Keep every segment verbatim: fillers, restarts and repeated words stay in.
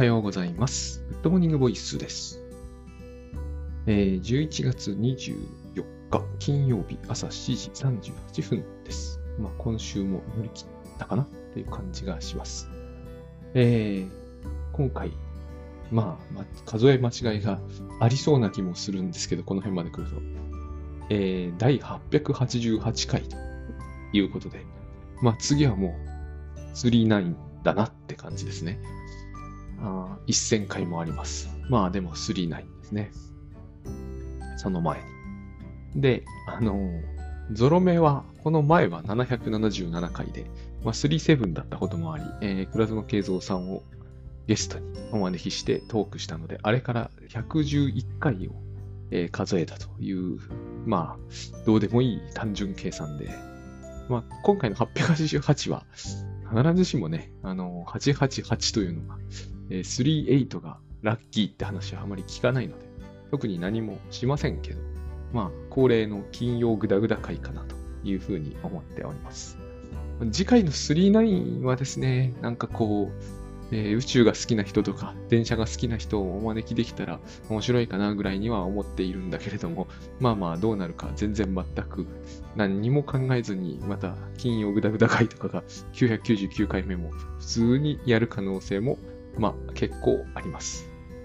はようございます。グッドモーニングボイスです。えー、じゅういちがつにじゅうよっか金曜日朝しちじさんじゅうはっぷんです。まあ、今週も乗り切ったかなという感じがします。えー、今回、まあ、まあ、数え間違いがありそうな気もするんですけど、この辺まで来ると。えー、だいはっぴゃくはちじゅうはちかいということで、まあ次はもうさんじゅうきゅうだなって感じですね。あせんかいもあります。まあでもさんじゅうきゅうですね。その前に。で、あのー、ゾロ目は、この前はななひゃくななじゅうななかいで、まあさんじゅうななだったこともあり、えー、倉園慶三さんをゲストにお招きしてトークしたので、あれからひゃくじゅういっかいを、えー、数えたという、まあ、どうでもいい単純計算で、まあ、今回のはっぴゃくはちじゅうはちは、必ずしもね、あの、はちはちはちというのが、えー、さんじゅうはちがラッキーって話はあまり聞かないので、特に何もしませんけど、まあ、恒例の金曜グダグダ会かなというふうに思っております。次回のさんじゅうきゅうはですね、なんかこう、えー、宇宙が好きな人とか、電車が好きな人をお招きできたら面白いかなぐらいには思っているんだけれども、まあまあどうなるか全然全く何にも考えずに、また金曜グダグダ会とかがきゅうひゃくきゅうじゅうきゅうかいめも普通にやる可能性も、まあ結構あります。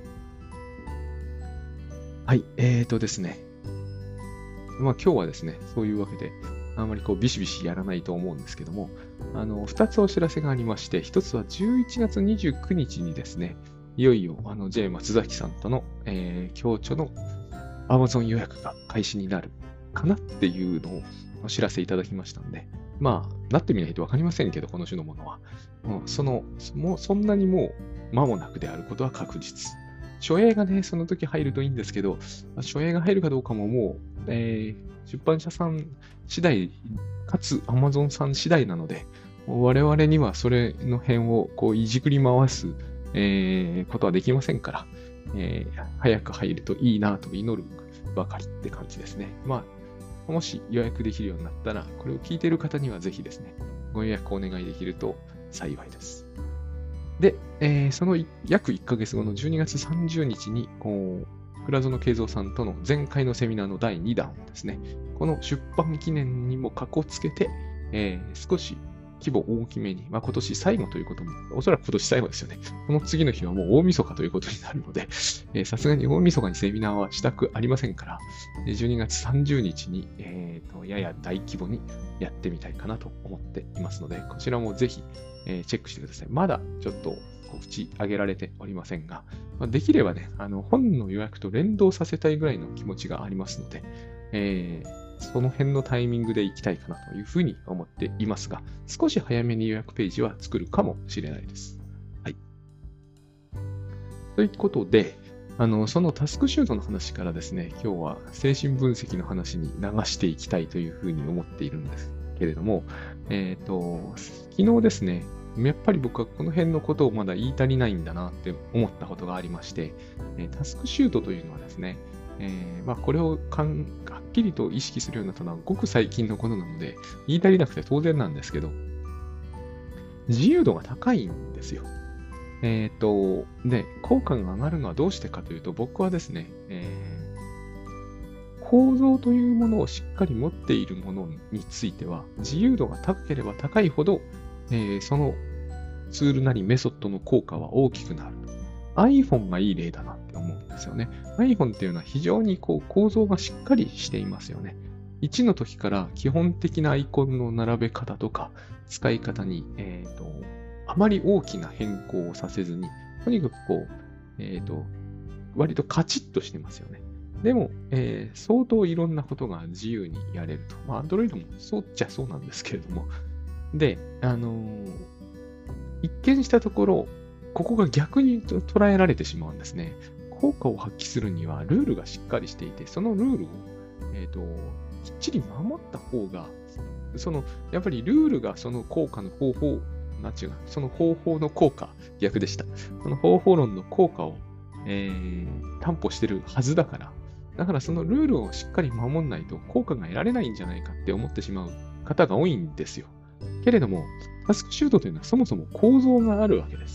はい、えーとですね。まあ今日はですね、そういうわけで、あんまりこうビシビシやらないと思うんですけども、あの、二つお知らせがありまして、一つはじゅういちがつにじゅうくにちにですね、いよいよあの J 松崎さんとの、えー、共著の Amazon 予約が開始になるかなっていうのをお知らせいただきましたんで、まあ、なってみないとわかりませんけど、この種のものは。もうその、もうそんなにもう間もなくであることは確実。初映がね、その時入るといいんですけど、初映が入るかどうかももう、えー、出版社さん次第、かつ Amazon さん次第なので、我々にはそれの辺をこういじくり回す、えー、ことはできませんから、えー、早く入るといいなと祈るばかりって感じですね。まあ、もし予約できるようになったら、これを聞いている方にはぜひですね、ご予約お願いできると幸いです。で、えー、その約いっかげつごのじゅうにがつさんじゅうにちに、こう、倉園慶三さんとの前回のセミナーのだいにだんをですね、この出版記念にもかこつけて、えー、少し規模大きめに、まあ、今年最後ということも、おそらく今年最後ですよね。この次の日はもう大晦日ということになるので、さすがに大晦日にセミナーはしたくありませんから、じゅうにがつさんじゅうにちに、えーと、やや大規模にやってみたいかなと思っていますので、こちらもぜひ、えー、チェックしてください。まだちょっと告知上げられておりませんが、まあ、できればね、あの本の予約と連動させたいぐらいの気持ちがありますので、えーその辺のタイミングで行きたいかなというふうに思っていますが、少し早めに予約ページは作るかもしれないです。はい。ということで、あの、そのタスクシュートの話からですね、今日は精神分析の話に流していきたいというふうに思っているんですけれども、えっと、昨日ですね、やっぱり僕はこの辺のことをまだ言い足りないんだなって思ったことがありまして、タスクシュートというのはですね、えーまあ、これをかんはっきりと意識するようになったのはごく最近のことなので、言い足りなくて当然なんですけど、自由度が高いんですよ。えっと、で、効果が上がるのはどうしてかというと、僕はですね、えー、構造というものをしっかり持っているものについては、自由度が高ければ高いほど、えー、そのツールなりメソッドの効果は大きくなる。iPhone がいい例だなって思うんですよね。iPhone っていうのは非常にこう構造がしっかりしていますよね。いちの時から基本的なアイコンの並べ方とか使い方に、えーと、あまり大きな変更をさせずに、とにかくこう、えーと、割とカチッとしてますよね。でも、えー、相当いろんなことが自由にやれると。まあ、Android もそうっちゃそうなんですけれども。で、あのー、一見したところ、ここが逆に捉えられてしまうんですね。効果を発揮するにはルールがしっかりしていて、そのルールを、えーと、きっちり守った方が、その、やっぱりルールがその効果の方法、なんちゅうか、その方法の効果、逆でした。その方法論の効果を、えー、担保してるはずだから、だからそのルールをしっかり守んないと効果が得られないんじゃないかって思ってしまう方が多いんですよ。けれども、タスクシュートというのはそもそも構造があるわけです。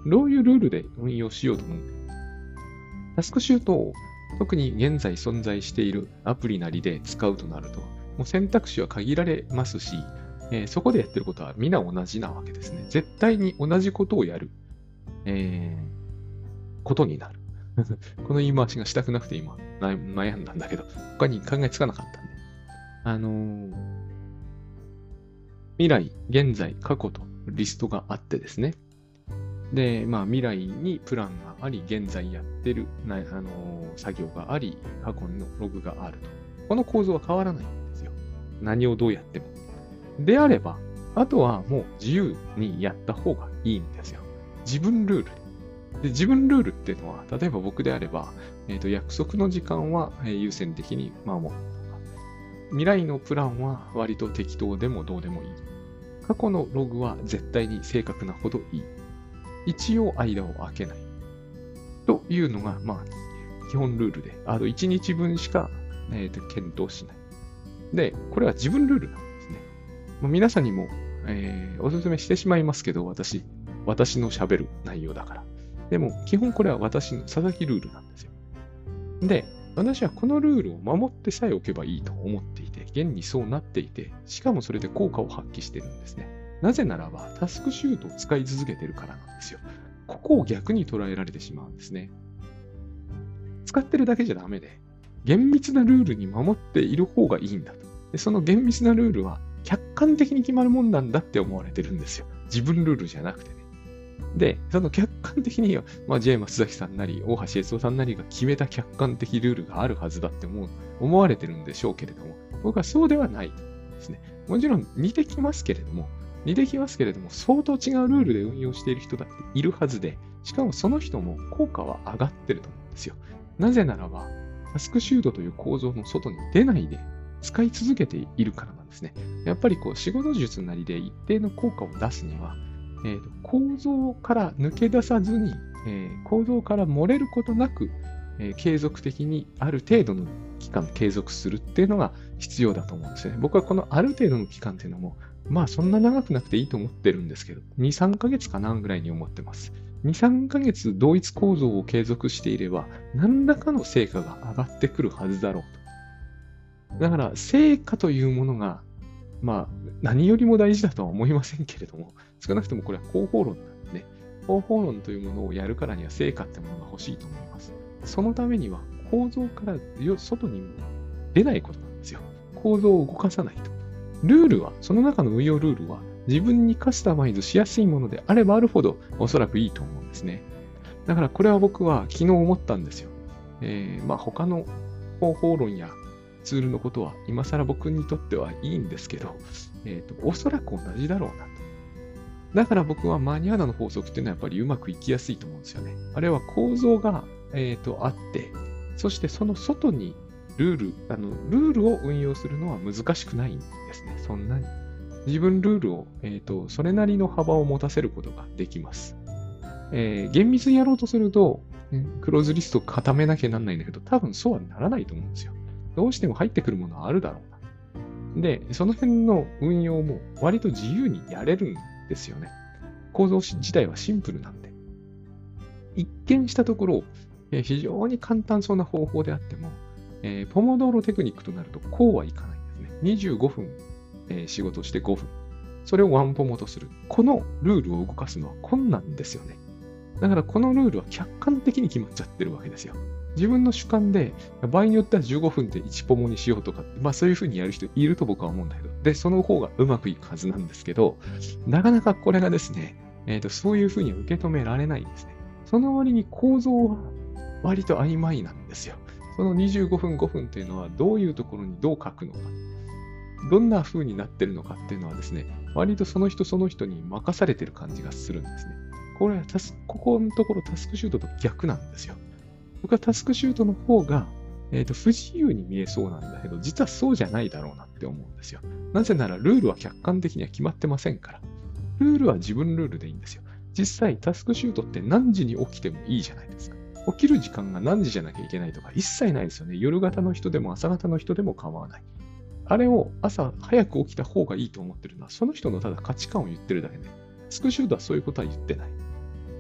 どういうルールで運用しようと思う。タスクシュートを特に現在存在しているアプリなりで使うとなると、もう選択肢は限られますし、えーそこでやってることは皆同じなわけですね。絶対に同じことをやる、えーことになる。この言い回しがしたくなくて今悩んだんだけど、他に考えつかなかったんで。あのー未来、現在、過去とリストがあってですね。で、まあ未来にプランがあり、現在やってる、なあのー作業があり、過去のログがあると。この構造は変わらないんですよ。何をどうやっても。であれば、あとはもう自由にやった方がいいんですよ。自分ルールで。自分ルールっていうのは、例えば僕であれば、えーと、約束の時間は優先的に守るとか、未来のプランは割と適当でもどうでもいい。過去のログは絶対に正確なほどいい。一応間を空けない。というのが、まあ、基本ルールで、あといちにちぶんしか、えーと、検討しない。で、これは自分ルールなんですね。まあ、皆さんにも、えーお勧めしてしまいますけど、私、私の喋る内容だから。でも、基本これは私の佐々木ルールなんですよ。で、私はこのルールを守ってさえおけばいいと思っていて、現にそうなっていて、しかもそれで効果を発揮してるんですね。なぜならば、タスクシュートを使い続けてるからなんですよ。ここを逆に捉えられてしまうんですね。使ってるだけじゃダメで、厳密なルールに守っている方がいいんだと。でその厳密なルールは客観的に決まるもんなんだって思われてるんですよ。自分ルールじゃなくてね。で、その客観的には、まあ、ジェーマス崎さんなり、大橋悦夫さんなりが決めた客観的ルールがあるはずだって思う思われてるんでしょうけれども、僕はそうではないですね。もちろん似てきますけれども、似てきますけれども、相当違うルールで運用している人だっているはずで、しかもその人も効果は上がってると思うんですよ。なぜならば、タスクシュートという構造の外に出ないで使い続けているからなんですね。やっぱりこう仕事術なりで一定の効果を出すには、えーと、構造から抜け出さずに、えー、構造から漏れることなく、えー、継続的にある程度の期間継続するっていうのが必要だと思うんですよね。僕はこのある程度の期間っていうのも、まあそんな長くなくていいと思ってるんですけど、に、さんかげつかなぐらいに思ってます。に、さんかげつ同一構造を継続していれば、何らかの成果が上がってくるはずだろうと。だから、成果というものが、まあ、何よりも大事だとは思いませんけれども、少なくともこれは方法論なんでね。方法論というものをやるからには成果ってものが欲しいと思います。そのためには構造から外に出ないことなんですよ。構造を動かさないと。ルールは、その中の運用ルールは自分にカスタマイズしやすいものであればあるほどおそらくいいと思うんですね。だからこれは僕は昨日思ったんですよ。えー、まあ他の方法論やツールのことは今更僕にとってはいいんですけど、えーと、おそらく同じだろうなと。だから僕はマニアナの法則っていうのはやっぱりうまくいきやすいと思うんですよね。あれは構造が、えーと、あって、そしてその外にルール、あの、ルールを運用するのは難しくないんですね。そんなに。自分ルールを、えーと、それなりの幅を持たせることができます。えー、厳密にやろうとすると、ね、クローズリストを固めなきゃなんないんだけど、多分そうはならないと思うんですよ。どうしても入ってくるものはあるだろうな。で、その辺の運用も割と自由にやれるんですよね。構造自体はシンプルなんで。一見したところ、えー、非常に簡単そうな方法であっても、えー、ポモドーロテクニックとなるとこうはいかないんですね。にじゅうごふん、えー、仕事してごふん。それをワンポモとする。このルールを動かすのは困難ですよね。だからこのルールは客観的に決まっちゃってるわけですよ。自分の主観で、場合によってはじゅうごふんでいちポモにしようとか、まあそういうふうにやる人いると僕は思うんだけど、で、その方がうまくいくはずなんですけど、なかなかこれがですね、えーと、そういうふうには受け止められないんですね。その割に構造は割と曖昧なんですよ。そのにじゅうごふんごふんっていうのはどういうところにどう書くのか、どんな風になってるのかっていうのはですね、割とその人その人に任されてる感じがするんですね。これはタス、ここのところタスクシュートと逆なんですよ。僕はタスクシュートの方が、えーと、不自由に見えそうなんだけど、実はそうじゃないだろうなって思うんですよ。なぜならルールは客観的には決まってませんから。ルールは自分ルールでいいんですよ。実際タスクシュートって何時に起きてもいいじゃないですか。起きる時間が何時じゃなきゃいけないとか一切ないですよね。夜型の人でも朝型の人でも構わない。あれを朝早く起きた方がいいと思ってるのは、その人のただ価値観を言ってるだけで、タスクシュートはそういうことは言ってない。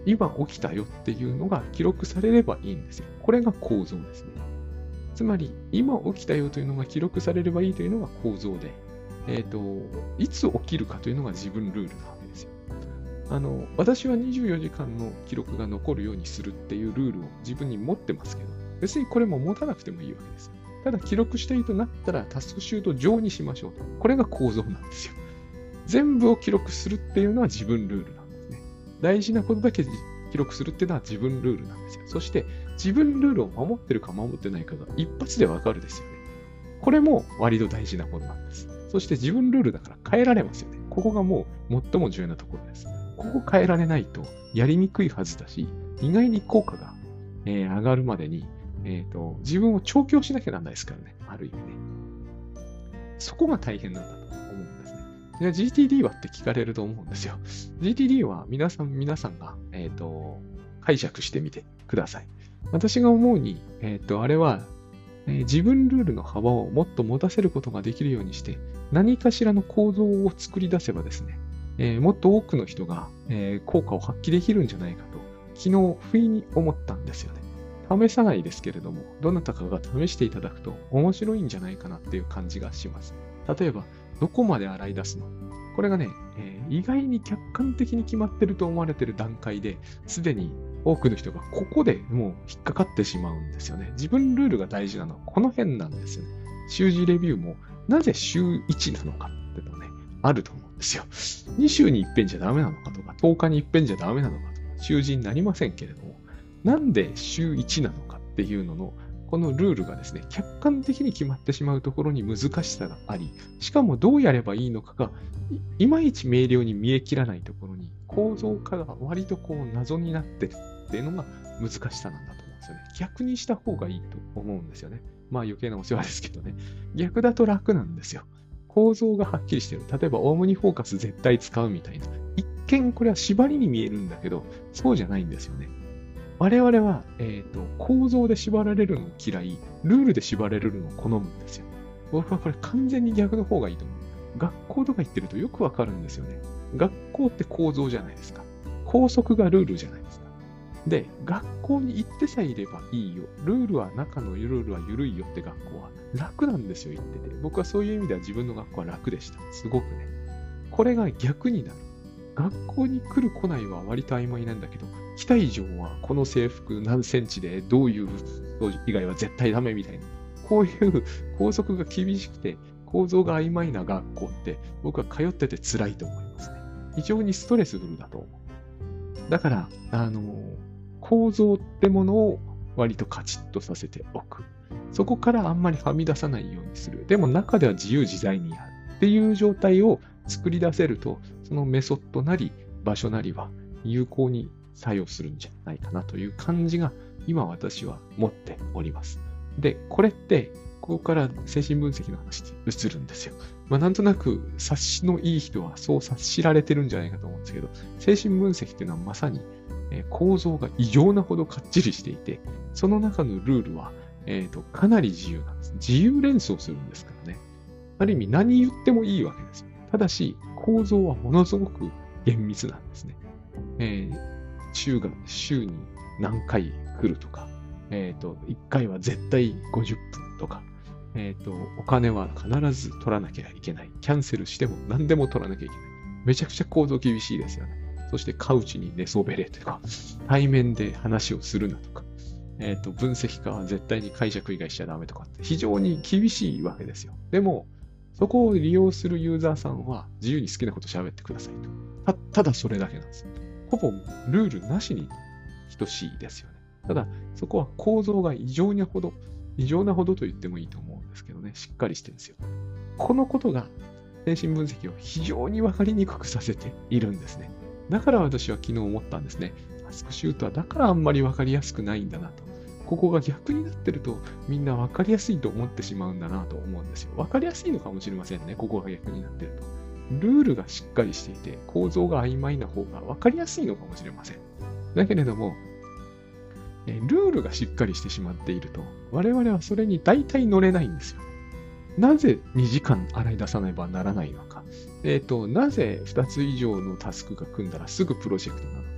今起きたよっていうのが記録されればいいんですよ。これが構造ですね。つまり、今起きたよというのが記録されればいいというのが構造で、えっと、いつ起きるかというのが自分ルールなわけですよ。あの、私はにじゅうよじかんの記録が残るようにするっていうルールを自分に持ってますけど、別にこれも持たなくてもいいわけですよ。ただ記録したいとなったらタスクシュート上にしましょうと。これが構造なんですよ。全部を記録するっていうのは自分ルールなんですね。大事なことだけ記録するっていうのは自分ルールなんですよ。そして自分ルールを守ってるか守ってないかが一発でわかるですよね。これも割と大事なことなんです。そして自分ルールだから変えられますよね。ここがもう最も重要なところです。ここ変えられないとやりにくいはずだし、意外に効果が、えー、上がるまでに、えーと、自分を調教しなきゃならないですからね。ある意味ね。そこが大変なんだと思うんですね。で ジーティーディー はって聞かれると思うんですよ。ジーティーディー は皆さん、皆さんが、えーと、解釈してみてください。私が思うに、えーと、あれは、えー、自分ルールの幅をもっと持たせることができるようにして、何かしらの構造を作り出せばですね、えー、もっと多くの人が、えー、効果を発揮できるんじゃないかと、昨日不意に思ったんですよね。試さないですけれども、どなたかが試していただくと面白いんじゃないかなっていう感じがします。例えば、どこまで洗い出すの？これがね、えー、意外に客観的に決まってると思われている段階で、すでに多くの人がここでもう引っかかってしまうんですよね。自分ルールが大事なのはこの辺なんですよね。週次レビューもなぜ週いちなのかっていうのね、あると思うんですよ。に週に一遍じゃダメなのかとか、とおかに一遍じゃダメなのかとか、週次になりませんけれども、なんで週いちなのかっていうのの、このルールがですね、客観的に決まってしまうところに難しさがあり、しかもどうやればいいのかが、い, いまいち明瞭に見えきらないところに、構造化が割とこう謎になってるっていうのが難しさなんだと思うんですよね。逆にした方がいいと思うんですよね。まあ余計なお世話ですけどね。逆だと楽なんですよ。構造がはっきりしてる。例えば、オウムニフォーカス絶対使うみたいな。一見これは縛りに見えるんだけど、そうじゃないんですよね。我々は、えーと、構造で縛られるの嫌い、ルールで縛られるのを好むんですよ。僕はこれ完全に逆の方がいいと思う。学校とか行ってるとよくわかるんですよね。学校って構造じゃないですか。校則がルールじゃないですか。で、学校に行ってさえいればいいよ。ルールは中のルールは緩いよって学校は楽なんですよ、行ってて。僕はそういう意味では自分の学校は楽でした。すごくね。これが逆になる。学校に来る来ないは割と曖昧なんだけど、来た以上はこの制服何センチでどういう以外は絶対ダメみたいな。こういう校則が厳しくて構造が曖昧な学校って僕は通ってて辛いと思いますね。非常にストレスフルだと思う。だから、あの、構造ってものを割とカチッとさせておく。そこからあんまりはみ出さないようにする。でも中では自由自在にやるっていう状態を作り出せると、そのメソッドなり場所なりは有効に作用するんじゃないかなという感じが今私は持っております。で、これってここから精神分析の話に移るんですよ。まあなんとなく察しのいい人はそう察しられてるんじゃないかと思うんですけど、精神分析っていうのはまさに構造が異常なほどかっちりしていて、その中のルールは、えーと、かなり自由なんです。自由連想するんですからね。ある意味何言ってもいいわけですよ。ただし構造はものすごく厳密なんですね。えー週が、週に何回来るとか、えっと、いっかいは絶対ごじゅっぷんとか、えっと、お金は必ず取らなきゃいけない。キャンセルしても何でも取らなきゃいけない。めちゃくちゃ構造厳しいですよね。そしてカウチに寝そべれとか、対面で話をするなとか、えっと、分析家は絶対に解釈以外しちゃダメとかって非常に厳しいわけですよ。でも、そこを利用するユーザーさんは自由に好きなこと喋ってくださいと。た、ただそれだけなんですよ。ほぼルールなしに等しいですよね。ただ、そこは構造が異常なほど、異常なほどと言ってもいいと思うんですけどね、しっかりしてるんですよ。このことが精神分析を非常に分かりにくくさせているんですね。だから私は昨日思ったんですね。タスクシュートはだからあんまり分かりやすくないんだなと。ここが逆になってるとみんな分かりやすいと思ってしまうんだなと思うんですよ。分かりやすいのかもしれませんね。ここが逆になってると。ルールがしっかりしていて構造が曖昧な方が分かりやすいのかもしれません。だけれども、ルールがしっかりしてしまっていると我々はそれに大体乗れないんですよ。なぜにじかん洗い出さねばならないのか。えっと、なぜふたつ以上のタスクが組んだらすぐプロジェクトなのか。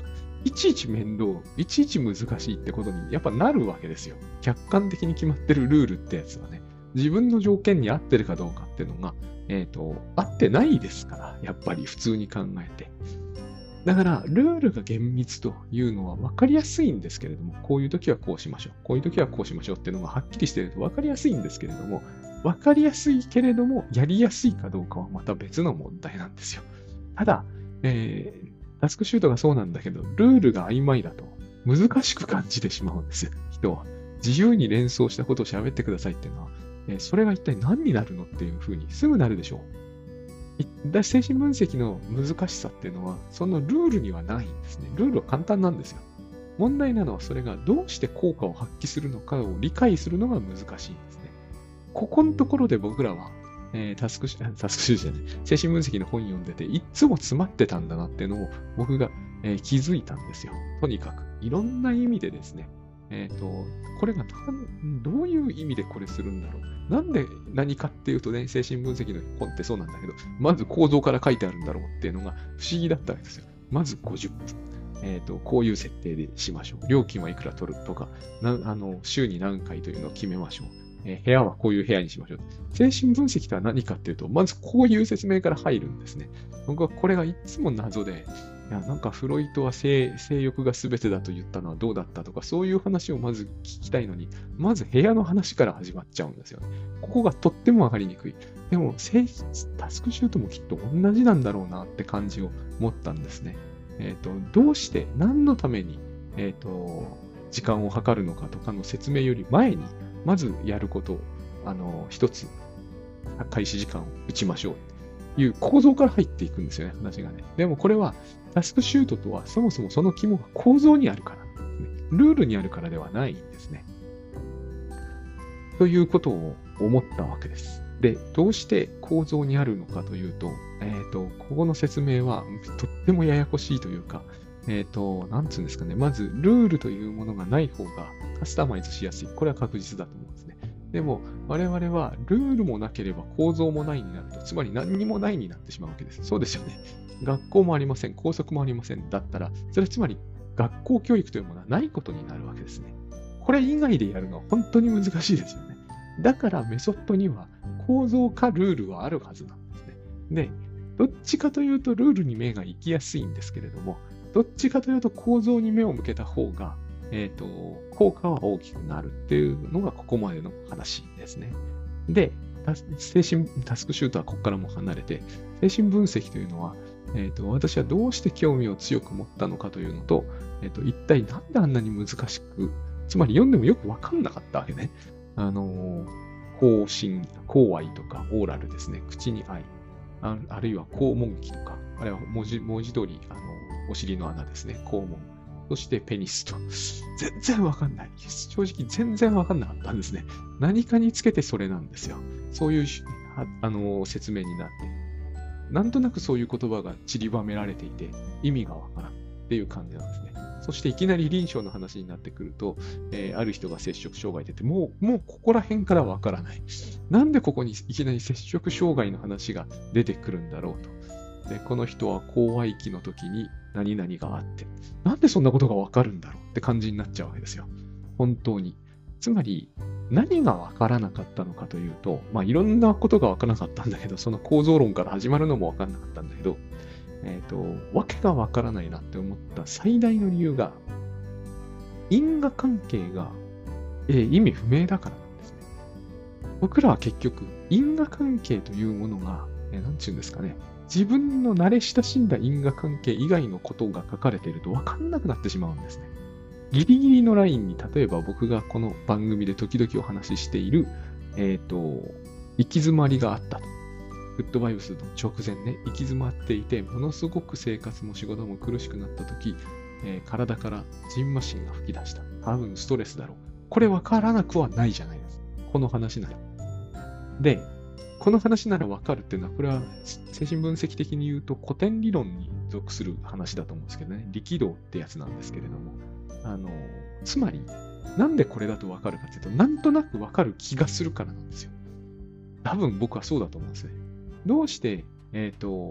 いちいち面倒、いちいち難しいってことにやっぱなるわけですよ。客観的に決まってるルールってやつはね、自分の条件に合ってるかどうかっていうのが、えっと、合ってないですから、やっぱり普通に考えて。だから、ルールが厳密というのは分かりやすいんですけれども、こういう時はこうしましょう。こういう時はこうしましょうっていうのがはっきりしていると分かりやすいんですけれども、分かりやすいけれども、やりやすいかどうかはまた別の問題なんですよ。ただ、えー、タスクシュートがそうなんだけど、ルールが曖昧だと難しく感じてしまうんですよ、人は。自由に連想したことを喋ってくださいっていうのは、えー、それが一体何になるのっていうふうにすぐなるでしょう。精神分析の難しさっていうのは、そのルールにはないんですね。ルールは簡単なんですよ。問題なのはそれがどうして効果を発揮するのかを理解するのが難しいんですね。ここのところで僕らは、えー、タスクシュ、タスクシュじゃない、精神分析の本読んでて、いつも詰まってたんだなっていうのを僕が、えー、気づいたんですよ。とにかく。いろんな意味でですね。えっと、これがどういう意味でこれするんだろう。なんで何かっていうとね、精神分析の本ってそうなんだけど、まず構造から書いてあるんだろうっていうのが不思議だったわけですよ。まずごじゅっぷん。えっと、こういう設定でしましょう。料金はいくら取るとか、なあの週に何回というのを決めましょう。えー、部屋はこういう部屋にしましょう。精神分析とは何かっていうと、まずこういう説明から入るんですね。僕はこれがいつも謎で、いや、なんかフロイトは 性, 性欲が全てだと言ったのはどうだったとか、そういう話をまず聞きたいのに、まず部屋の話から始まっちゃうんですよね。ここがとってもわかりにくい。でも、タスクシュートもきっと同じなんだろうなって感じを持ったんですね。えっと、どうして、何のために、えっと、時間を計るのかとかの説明より前に、まずやることを、あの、一つ、開始時間を打ちましょう。いう構造から入っていくんですよね、話がね。でもこれは、タスクシュートとはそもそもその肝が構造にあるからなんですね。ルールにあるからではないんですね。ということを思ったわけです。で、どうして構造にあるのかというと、えっと、ここの説明はとってもややこしいというか、えっと、なんつうんですかね。まず、ルールというものがない方がカスタマイズしやすい。これは確実だと思うんですね。でも、我々はルールもなければ構造もないになると、つまり何にもないになってしまうわけです。そうですよね。学校もありません。校則もありません。だったら、それはつまり学校教育というものはないことになるわけですね。これ以外でやるのは本当に難しいですよね。だからメソッドには構造かルールはあるはずなんですね。で、どっちかというとルールに目が行きやすいんですけれども、どっちかというと構造に目を向けた方が、えっと、効果は大きくなるっていうのがここまでの話ですね。で、精神、タスクシュートはここからも離れて、精神分析というのは、えっと、私はどうして興味を強く持ったのかというのと、えっと、一体なんであんなに難しく、つまり読んでもよくわかんなかったわけね。あの、口唇、口愛とかオーラルですね。口に愛。あ, あるいは肛門器とか、あれは文字文字通り、あの、お尻の穴ですね。肛門。そしてペニスと。全然わかんない。正直全然わかんなかったんですね。何かにつけてそれなんですよ。そういうあの説明になって。なんとなくそういう言葉が散りばめられていて、意味がわからんっていう感じなんですね。そしていきなり臨床の話になってくると、えー、ある人が摂食障害出て、もう、もうここら辺からわからない。なんでここにいきなり摂食障害の話が出てくるんだろうと。で、この人は口愛期の時に何々があって、なんでそんなことがわかるんだろうって感じになっちゃうわけですよ。本当に。つまり、何がわからなかったのかというと、まあいろんなことがわからなかったんだけど、その構造論から始まるのもわからなかったんだけど、えっと、わけがわからないなって思った最大の理由が、因果関係が、えー、意味不明だからなんですね。僕らは結局、因果関係というものが、えー、なんていうんですかね、自分の慣れ親しんだ因果関係以外のことが書かれていると分かんなくなってしまうんですね。ギリギリのラインに、例えば僕がこの番組で時々お話ししている、えっと、行き詰まりがあったと。グッドバイブスの直前ね、行き詰まっていて、ものすごく生活も仕事も苦しくなったとき、えー、体からジンマシンが吹き出した。多分ストレスだろう。これ分からなくはないじゃないですか。この話なら。で、この話なら分かるっていうのは、これは精神分析的に言うと古典理論に属する話だと思うんですけどね。力道ってやつなんですけれども。あの、つまり、なんでこれだと分かるかっていうと、なんとなく分かる気がするからなんですよ。多分僕はそうだと思うんですね。どうして、えっと、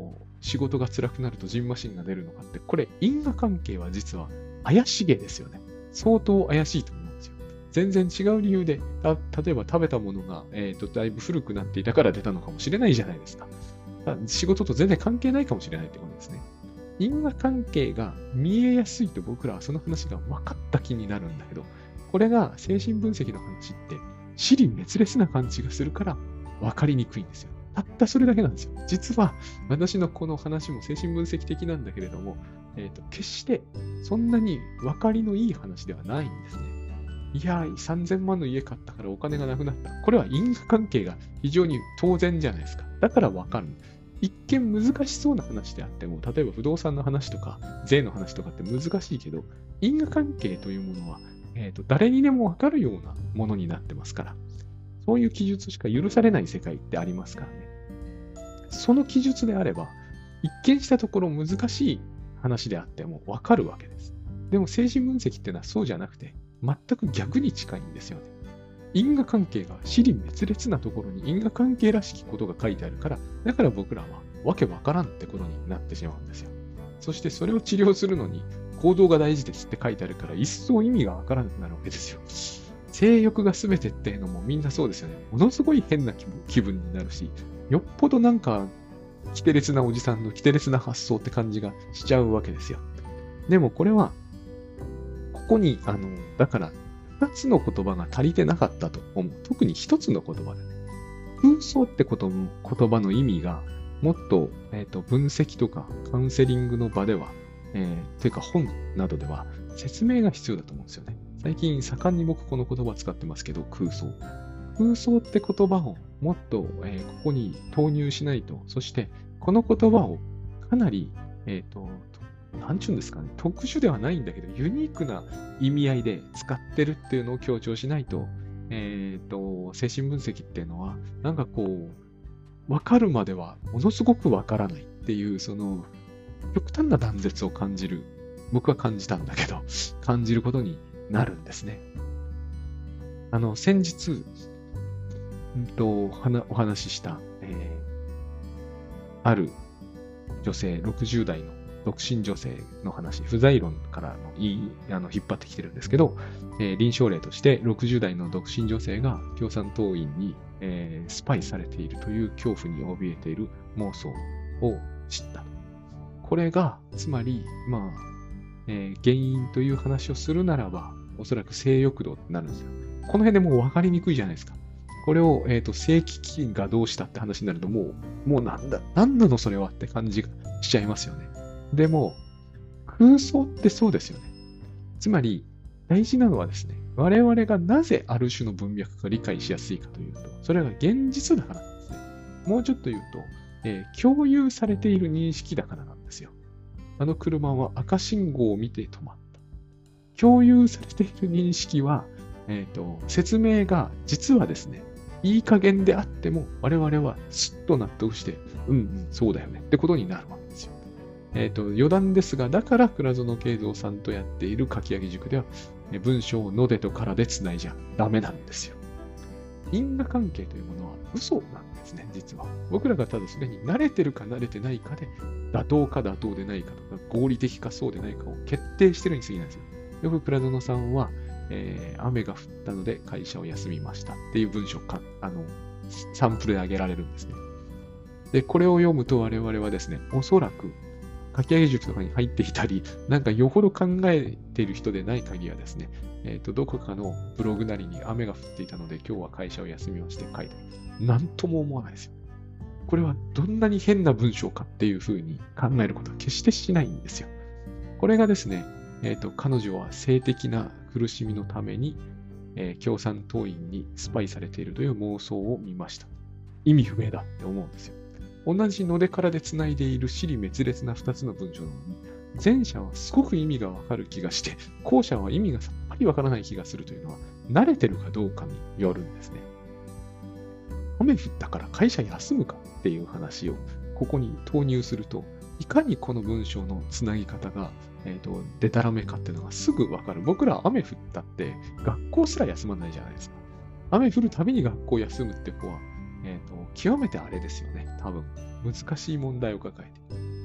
仕事が辛くなるとジンマシンが出るのかって、これ因果関係は実は怪しげですよね。相当怪しいと思うんですよ。全然違う理由で、た例えば食べたものが、えーと、だいぶ古くなっていたから出たのかもしれないじゃないですか。仕事と全然関係ないかもしれないってことですね。因果関係が見えやすいと僕らはその話が分かった気になるんだけど、これが精神分析の話って支離滅裂な感じがするから分かりにくいんですよ。たったそれだけなんですよ。実は私のこの話も精神分析的なんだけれども、えーと、決してそんなに分かりのいい話ではないんですね。いやー、さんぜんまんの家買ったからお金がなくなった。これは因果関係が非常に当然じゃないですか。だから分かる。一見難しそうな話であっても、例えば不動産の話とか税の話とかって難しいけど、因果関係というものは、えーと、誰にでも分かるようなものになってますから、そういう記述しか許されない世界ってありますからね。その記述であれば、一見したところ難しい話であっても分かるわけです。でも精神分析っていうのはそうじゃなくて、全く逆に近いんですよね。因果関係が支離滅裂なところに因果関係らしきことが書いてあるから、だから僕らはわけわからんってことになってしまうんですよ。そしてそれを治療するのに行動が大事ですって書いてあるから、一層意味がわからなくなるわけですよ。性欲が全てっていうのもみんなそうですよね。ものすごい変な気分、気分になるし、よっぽどなんか、キテレツなおじさんのキテレツな発想って感じがしちゃうわけですよ。でもこれは、ここに、あの、だから、二つの言葉が足りてなかったと思う。特に一つの言葉でね。空想ってこと言葉の意味が、もっと、えっと、分析とかカウンセリングの場では、えー、というか本などでは説明が必要だと思うんですよね。最近盛んに僕この言葉使ってますけど、空想。空想って言葉をもっと、えー、ここに投入しないと、そしてこの言葉をかなり、えっと、なんちゅうんですかね、特殊ではないんだけど、ユニークな意味合いで使ってるっていうのを強調しないと、えっと、精神分析っていうのは、なんかこう、わかるまではものすごくわからないっていう、その、極端な断絶を感じる、僕は感じたんだけど、感じることになるんですね。あの、先日、うんと、お話しした、えー、ある女性、ろくじゅう代の独身女性の話、不在論からのいいあの引っ張ってきてるんですけど、えー、臨床例としてろくじゅう代の独身女性が共産党員に、えー、スパイされているという恐怖に怯えている妄想を知った。これが、つまり、まあ、えー、原因という話をするならば、おそらく性欲動ってなるんですよ。この辺でもう分かりにくいじゃないですか。これを、えっと、正規菌がどうしたって話になると、もう、もうなんだ、なんなのそれはって感じがしちゃいますよね。でも、空想ってそうですよね。つまり、大事なのはですね、我々がなぜある種の文脈が理解しやすいかというと、それが現実だからなんですね。もうちょっと言うと、えー、共有されている認識だからなんですよ。あの車は赤信号を見て止まった。共有されている認識は、えっと、説明が実はですね、いい加減であっても、我々はスッと納得して、うんうん、そうだよねってことになるわけですよ。えっと、余談ですが、だから倉園慶三さんとやっている書き上げ塾では、文章をのでとからで繋いじゃダメなんですよ。因果関係というものは嘘なんですね、実は。僕らがただすでに慣れてるか慣れてないかで、妥当か妥当でないかとか、合理的かそうでないかを決定してるに過ぎないんですよ。よく倉園さんは、えー、雨が降ったので会社を休みましたっていう文章か、あの、サンプルで挙げられるんですね。で、これを読むと我々はですね、おそらく、書き上げ塾とかに入っていたり、なんかよほど考えている人でない限りはですね、えっと、どこかのブログなりに雨が降っていたので今日は会社を休みをして書いて、なんとも思わないですよ。これはどんなに変な文章かっていうふうに考えることは決してしないんですよ。これがですね、えっと、彼女は性的な苦しみのために、えー、共産党員にスパイされているという妄想を見ました。意味不明だって思うんですよ。同じのでからで繋いでいる支離滅裂な二つの文章なのに、前者はすごく意味がわかる気がして、後者は意味がさっぱりわからない気がするというのは、慣れてるかどうかによるんですね。雨降ったから会社休むかっていう話をここに投入すると、いかにこの文章のつなぎ方が、えーと、でたらめかっていうのがすぐわかる。僕ら雨降ったって学校すら休まないじゃないですか。雨降るたびに学校休むって子は、えーと、極めてあれですよね。多分、難しい問題を抱えている。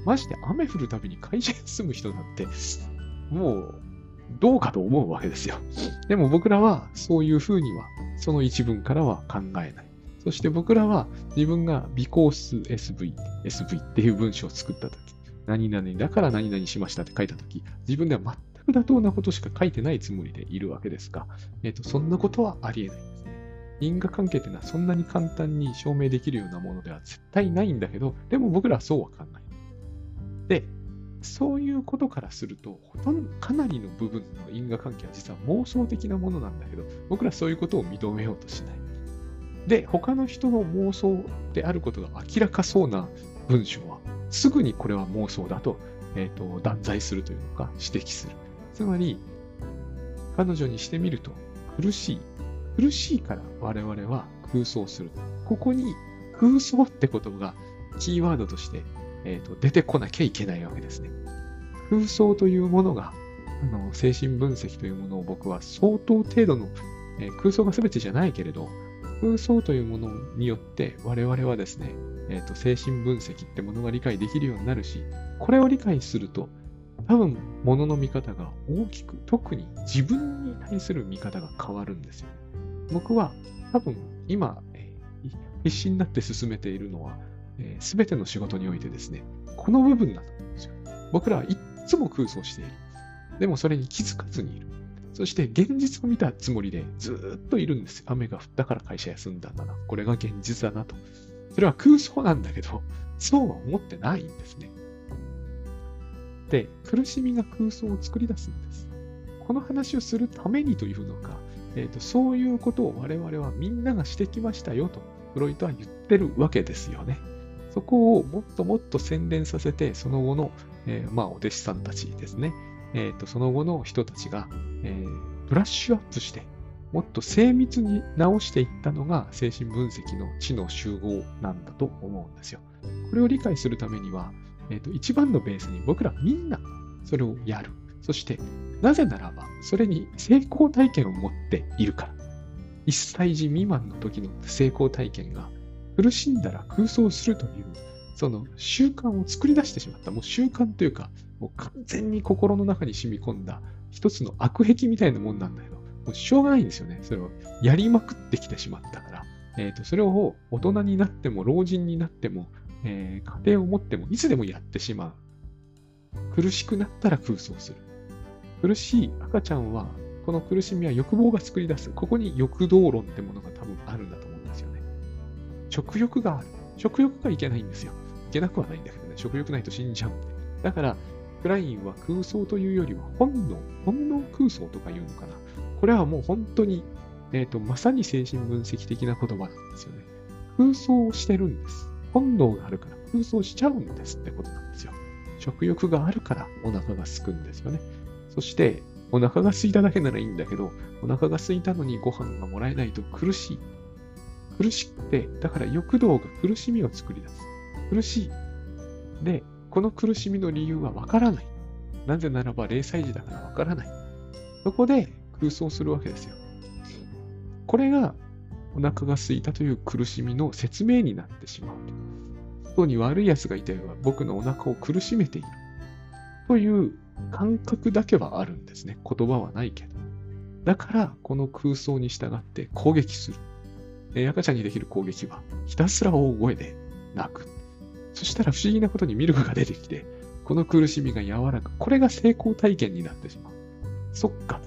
マジで雨降るたびに会社休む人だって、もう、どうかと思うわけですよ。でも僕らはそういうふうには、その一文からは考えない。そして僕らは自分が because エスブイ、エスブイ っていう文章を作ったとき、何々だから何々しましたって書いたとき、自分では全く妥当なことしか書いてないつもりでいるわけですが、えっと、そんなことはありえないんですね。因果関係っていうのはそんなに簡単に証明できるようなものでは絶対ないんだけど、でも僕らはそうは考えない。で、そういうことからすると、ほとんどかなりの部分の因果関係は実は妄想的なものなんだけど、僕らはそういうことを認めようとしない。で、他の人の妄想であることが明らかそうな文章は、すぐにこれは妄想だと、えっと、断罪するというのか、指摘する。つまり、彼女にしてみると、苦しい。苦しいから我々は空想する。ここに空想ってことがキーワードとしてえーと、出てこなきゃいけないわけですね。空想というものが、あの精神分析というものを僕は相当程度の、えー、空想が全てじゃないけれど、空想というものによって我々はですね、えーと、精神分析ってものが理解できるようになるし、これを理解すると、多分物の見方が大きく、特に自分に対する見方が変わるんですよ。僕は多分今、えー、必死になって進めているのは、すべての仕事においてですね、この部分だと思うんですよ。僕らはいつも空想している。でもそれに気づかずにいる。そして現実を見たつもりでずーっといるんですよ。雨が降ったから会社休んだんだな。これが現実だなと。それは空想なんだけど、そうは思ってないんですね。で、苦しみが空想を作り出すんです。この話をするためにというのか、えーと、そういうことを我々はみんながしてきましたよと、フロイトは言ってるわけですよね。そこをもっともっと洗練させて、その後の、えー、まあ、お弟子さんたちですね。えーと、その後の人たちが、えー、ブラッシュアップして、もっと精密に直していったのが精神分析の知の集合なんだと思うんですよ。これを理解するためには、えーと、一番のベースに僕らみんなそれをやる。そして、なぜならば、それに成功体験を持っているから。いっさい児未満の時の成功体験が、苦しんだら空想するという、その習慣を作り出してしまった。もう習慣というか、もう完全に心の中に染み込んだ一つの悪癖みたいなもんなんだけど、もうしょうがないんですよね。それをやりまくってきてしまったから。えーと、それを大人になっても、老人になっても、えー、家庭を持っても、いつでもやってしまう。苦しくなったら空想する。苦しい赤ちゃんは、この苦しみは欲望が作り出す。ここに欲動論ってものが多分あるんだと思うんですよね。食欲がある。食欲がいけないんですよ。いけなくはないんだけどね。食欲ないと死んじゃうんで。だから、クラインは空想というよりは本能、本能空想とか言うのかな。これはもう本当に、えっと、まさに精神分析的な言葉なんですよね。空想をしてるんです。本能があるから空想しちゃうんですってことなんですよ。食欲があるからお腹が空くんですよね。そして、お腹が空いただけならいいんだけど、お腹が空いたのにご飯がもらえないと苦しい。苦しくて、だから欲動が苦しみを作り出す。苦しい。で、この苦しみの理由はわからない。なぜならばれいさい児だからわからない。そこで空想するわけですよ。これがお腹が空いたという苦しみの説明になってしまうと。外に悪い奴がいては僕のお腹を苦しめている。という感覚だけはあるんですね。言葉はないけど。だから、この空想に従って攻撃する。えー、赤ちゃんにできる攻撃は、ひたすら大声で泣く。そしたら不思議なことにミルクが出てきて、この苦しみが和らぐ。これが成功体験になってしまう。そっか。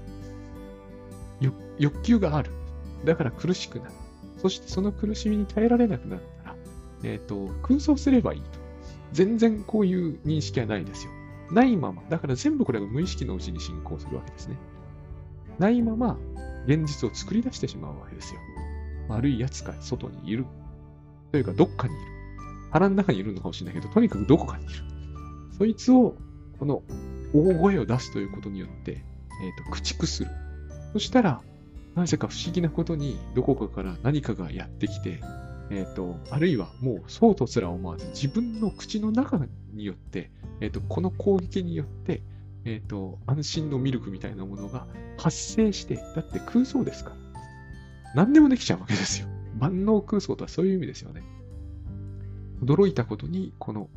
欲求がある。だから苦しくなる。そしてその苦しみに耐えられなくなったら、えっと、空想すればいいと。全然こういう認識はないですよ。ないまま、だから全部これが無意識のうちに進行するわけですね。ないまま、現実を作り出してしまうわけですよ。悪い奴が外にいる。というか、どっかにいる。腹の中にいるのかもしれないけど、とにかくどこかにいる。そいつを、この大声を出すということによって、えっと、駆逐する。そしたら、なぜか不思議なことに、どこかから何かがやってきて、えっと、あるいはもうそうとすら思わず、自分の口の中によって、えっと、この攻撃によって、えっと、安心のミルクみたいなものが発生して、だって空想ですから。何でもできちゃうわけですよ。万能空想とはそういう意味ですよね。驚いたことに、この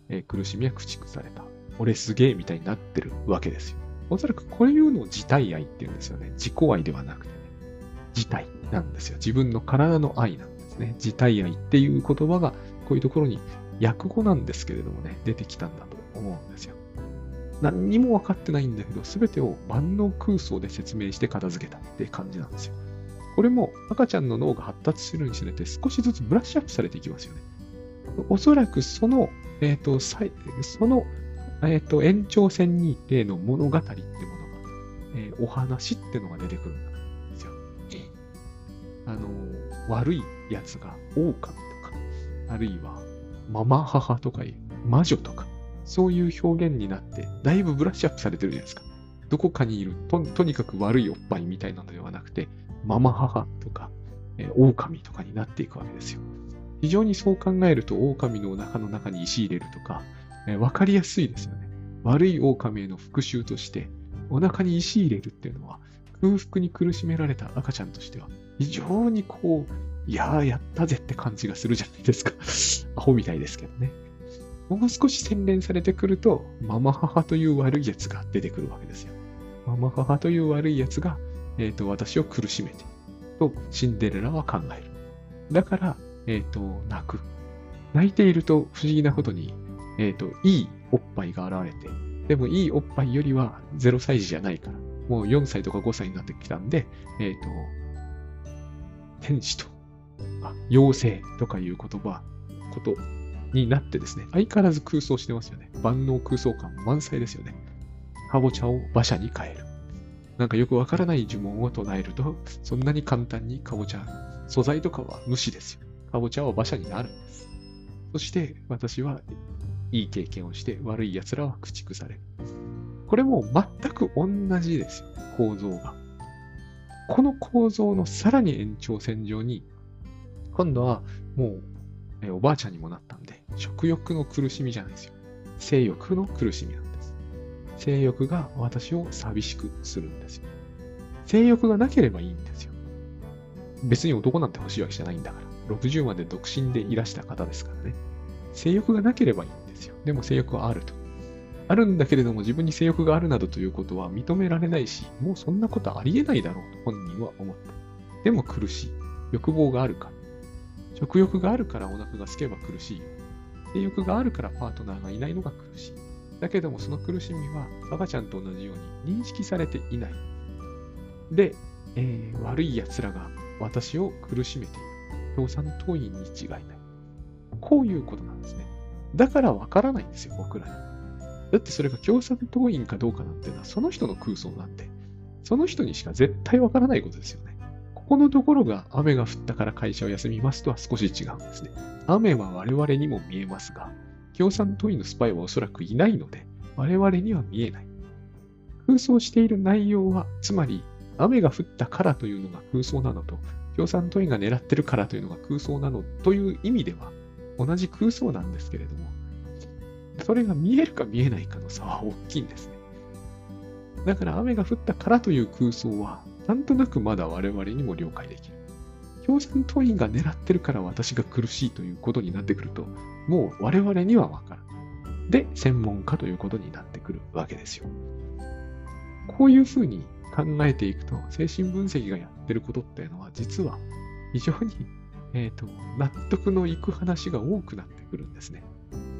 えー、苦しみは駆逐された。俺すげえみたいになってるわけですよ。おそらくこういうのを自体愛って言うんですよね。自己愛ではなくてね。自体なんですよ。自分の体の愛なんですね。自体愛っていう言葉がこういうところに訳語なんですけれどもね、出てきたんだと思うんですよ。何にも分かってないんだけど、すべてを万能空想で説明して片付けたって感じなんですよ。これも赤ちゃんの脳が発達するにつれて少しずつブラッシュアップされていきますよね。おそらくその、えっと、その、えっと、延長線に例の物語っていうものが、えー、お話っていうのが出てくるんだと思うんですよ。あの、悪いやつが狼とか、あるいはママ母とかいう魔女とか、そういう表現になって、だいぶブラッシュアップされてるじゃないですか。どこかにいると、とにかく悪いおっぱいみたいなのではなくて、ママ母とか、えー、狼とかになっていくわけですよ。非常にそう考えると、狼のお腹の中に石入れるとか、えー、わかりやすいですよね。悪い狼への復讐として、お腹に石入れるっていうのは、空腹に苦しめられた赤ちゃんとしては、非常にこう、いやーやったぜって感じがするじゃないですか。アホみたいですけどね。もう少し洗練されてくると、ママ母という悪いやつが出てくるわけですよ。ママ母という悪いやつが、えっと、私を苦しめて、とシンデレラは考える。だから、えっと、泣く。泣いていると不思議なことに、えっと、いいおっぱいが現れて、でもいいおっぱいよりはゼロさい児じゃないから、もうよんさいとかごさいになってきたんで、えっと、天使とか妖精とかいう言葉、ことになってですね、相変わらず空想してますよね。万能空想感満載ですよね。かぼちゃを馬車に変える。なんかよくわからない呪文を唱えると、そんなに簡単にかぼちゃ、素材とかは無視ですよ。かぼちゃは馬車になるんです。そして私はいい経験をして悪い奴らは駆逐される。これも全く同じですよね、構造が。この構造のさらに延長線上に、今度はもうえおばあちゃんにもなったんで、食欲の苦しみじゃないですよ。性欲の苦しみなんです。性欲が私を寂しくするんですよ。性欲がなければいいんですよ。別に男なんて欲しいわけじゃないんだから。ろくじゅうまで独身でいらした方ですからね。性欲がなければいいんですよ。でも性欲はあると。あるんだけれども自分に性欲があるなどということは認められないし、もうそんなことありえないだろうと本人は思った。でも苦しい。欲望があるから。食欲があるからお腹が空けば苦しい。性欲があるからパートナーがいないのが苦しい。だけどもその苦しみは赤ちゃんと同じように認識されていない。で、えー、悪い奴らが私を苦しめている。共産党員に違いない。こういうことなんですね。だからわからないんですよ、僕らに。だってそれが共産党員かどうかなんていうのはその人の空想なんで、その人にしか絶対わからないことですよね。ここのところが雨が降ったから会社を休みますとは少し違うんですね。雨は我々にも見えますが、共産党員のスパイはおそらくいないので、我々には見えない。空想している内容は、つまり雨が降ったからというのが空想なのと、共産党員が狙ってるからというのが空想なのという意味では同じ空想なんですけれども、それが見えるか見えないかの差は大きいんですね。だから雨が降ったからという空想は、なんとなくまだ我々にも了解できる。共産党員が狙ってるから私が苦しいということになってくると、もう我々にはわからん。で、専門家ということになってくるわけですよ。こういうふうに考えていくと、精神分析がやってることっていうのは、実は非常に、えーと、納得のいく話が多くなってくるんですね。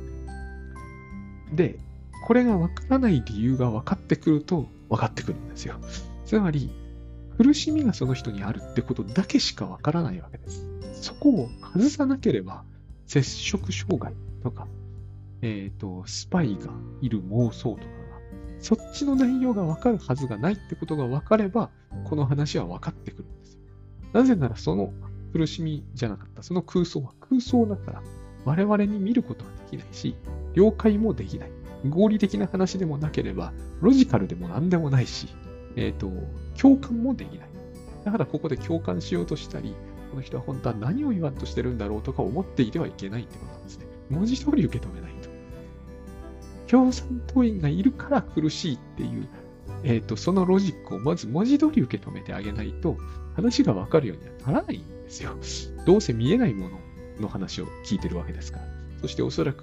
で、これがわからない理由が分かってくると分かってくるんですよ。つまり、苦しみがその人にあるってことだけしか分からないわけです。そこを外さなければ、摂食障害とか、えっと、スパイがいる妄想とかが、そっちの内容が分かるはずがないってことが分かれば、この話は分かってくるんですよ。なぜならその苦しみじゃなかった、その空想は空想だから、我々に見ることはできないし、了解もできない。合理的な話でもなければ、ロジカルでも何でもないし、えっと、共感もできない。だからここで共感しようとしたり、この人は本当は何を言わんとしてるんだろうとか思っていてはいけないってことなんですね。文字通り受け止めないと。共産党員がいるから苦しいっていう、えっと、そのロジックをまず文字通り受け止めてあげないと、話がわかるようにはならないんですよ。どうせ見えないものの話を聞いてるわけですから。そしておそらく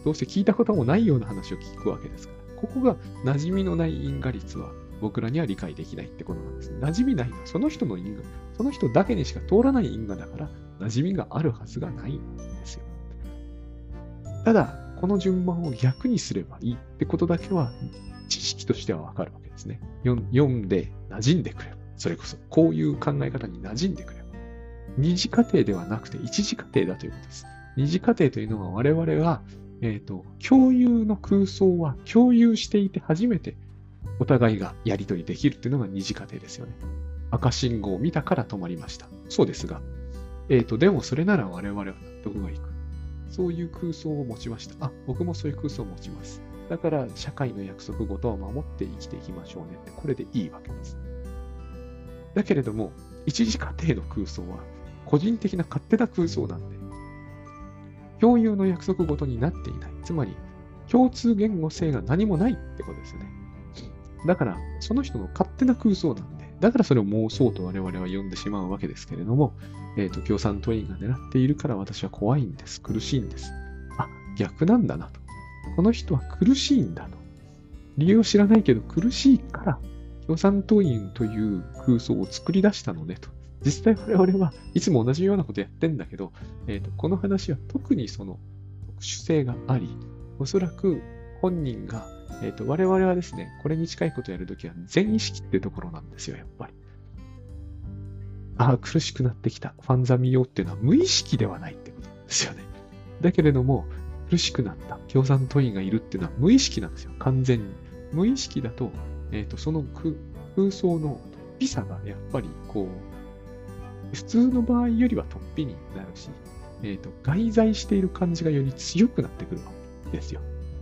どうせ聞いたこともないような話を聞くわけですから、ここが馴染みのない因果率は僕らには理解できないってことなんです。馴染みないのはその人の因果、その人だけにしか通らない因果だから、馴染みがあるはずがないんですよ。ただ、この順番を逆にすればいいってことだけは、知識としてはわかるわけですね。読んで馴染んでくれば。それこそ、こういう考え方に馴染んでくれば。二次過程ではなくて一次過程だということです。二次過程というのは我々は、えっと、共有の空想は共有していて初めてお互いがやり取りできるというのが二次過程ですよね。赤信号を見たから止まりました。そうですが、えっと、でもそれなら我々は納得がいく。そういう空想を持ちました。あ、僕もそういう空想を持ちます。だから社会の約束事を守って生きていきましょうねって、これでいいわけです。だけれども、一次過程の空想は個人的な勝手な空想なんで、共有の約束事になっていない。つまり、共通言語性が何もないってことですよね。だから、その人の勝手な空想なんで、だからそれを妄想と我々は呼んでしまうわけですけれども、えっと、共産党員が狙っているから私は怖いんです。苦しいんです。あ、逆なんだなと。この人は苦しいんだと。理由を知らないけど苦しいから、共産党員という空想を作り出したのねと。実際我々はいつも同じようなことやってんだけど、えーと、この話は特にその特殊性があり、おそらく本人が、えーと、我々はですね、これに近いことをやるときは全意識ってところなんですよ、やっぱり。ああ、苦しくなってきた。ファンザミヨっていうのは無意識ではないってことなんですよね。だけれども、苦しくなった共産党員がいるっていうのは無意識なんですよ、完全に。無意識だと、えーと、その空想の突飛さがやっぱりこう、普通の場合よりは突飛になるし、えっと、外在している感じがより強くなってくるわけですよ。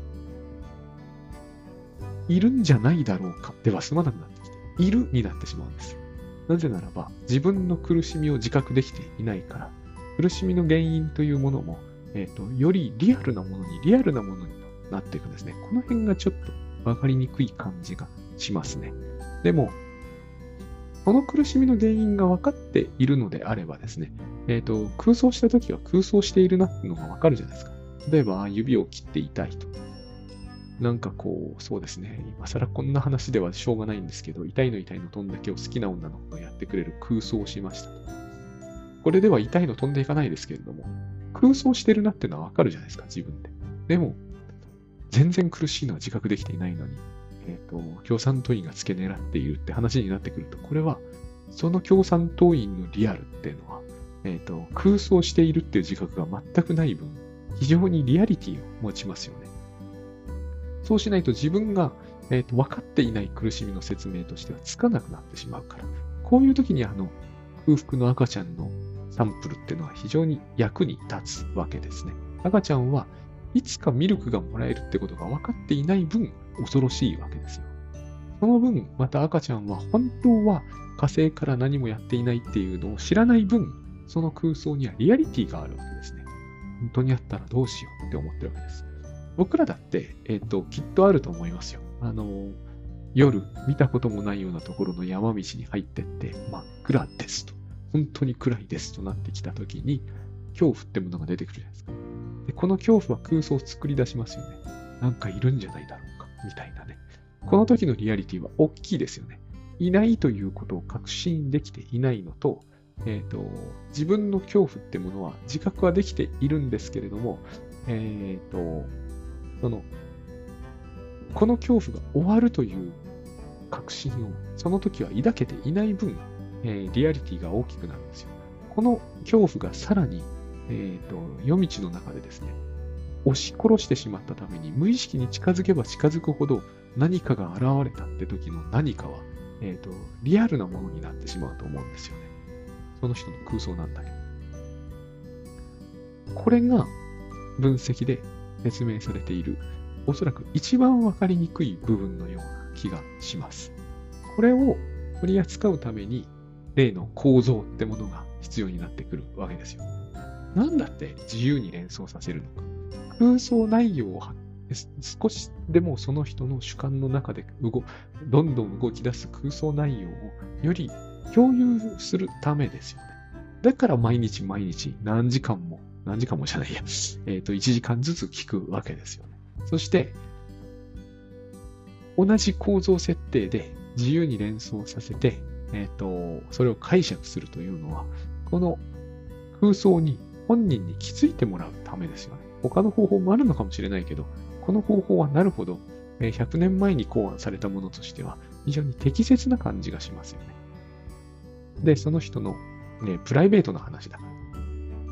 いるんじゃないだろうかでは済まなくなってきて、いるになってしまうんです。なぜならば、自分の苦しみを自覚できていないから、苦しみの原因というものも、えっと、よりリアルなものに、リアルなものになっていくんですね。この辺がちょっとわかりにくい感じがしますね。でも、この苦しみの原因が分かっているのであればですね、えっと、空想したときは空想しているなっていうのが分かるじゃないですか。例えば、指を切って痛いと。なんかこう、そうですね、今更こんな話ではしょうがないんですけど、痛いの痛いの飛んだけを好きな女の子がやってくれる空想をしましたと。これでは痛いの飛んでいかないですけれども、空想してるなっていうのは分かるじゃないですか、自分で。でも、全然苦しいのは自覚できていないのに、えっと、共産党員が付け狙っているって話になってくると、これは、その共産党員のリアルっていうのは、えっと、空想しているっていう自覚が全くない分、非常にリアリティを持ちますよね。そうしないと自分が、えっと、分かっていない苦しみの説明としてはつかなくなってしまうから、こういう時にあの、空腹の赤ちゃんのサンプルっていうのは非常に役に立つわけですね。赤ちゃんはいつかミルクがもらえるってことが分かっていない分、恐ろしいわけですよ。その分、また赤ちゃんは本当は火星から何もやっていないっていうのを知らない分、その空想にはリアリティがあるわけですね。本当にあったらどうしようって思ってるわけです。僕らだって、えっと、きっとあると思いますよ。あの、夜見たこともないようなところの山道に入ってって真っ暗ですと。本当に暗いですとなってきたときに、恐怖ってものが出てくるじゃないですか。で、この恐怖は空想を作り出しますよね。なんかいるんじゃないだろうか、みたいなね。この時のリアリティは大きいですよね。いないということを確信できていないのと、えっと、自分の恐怖ってものは自覚はできているんですけれども、えっと、その、この恐怖が終わるという確信をその時は抱けていない分、えー、リアリティが大きくなるんですよ。この恐怖がさらに、えっと、夜道の中でですね、押し殺してしまったために無意識に近づけば近づくほど何かが現れたって時の何かは、えっと、リアルなものになってしまうと思うんですよね。その人の空想なんだけど。これが分析で説明されている、おそらく一番わかりにくい部分のような気がします。これを取り扱うために例の構造ってものが必要になってくるわけですよ。なんだって自由に連想させるのか。空想内容を少しでもその人の主観の中で動どんどん動き出す空想内容をより共有するためですよね。だから毎日毎日何時間も何時間もじゃないや。えっと、いちじかんずつ聞くわけですよね。そして、同じ構造設定で自由に連想させて、えっと、それを解釈するというのは、この空想に本人に気づいてもらうためですよね。他の方法もあるのかもしれないけど、この方法はなるほど、ひゃくねんまえに考案されたものとしては、非常に適切な感じがしますよね。で、その人の、ね、プライベートな話だから、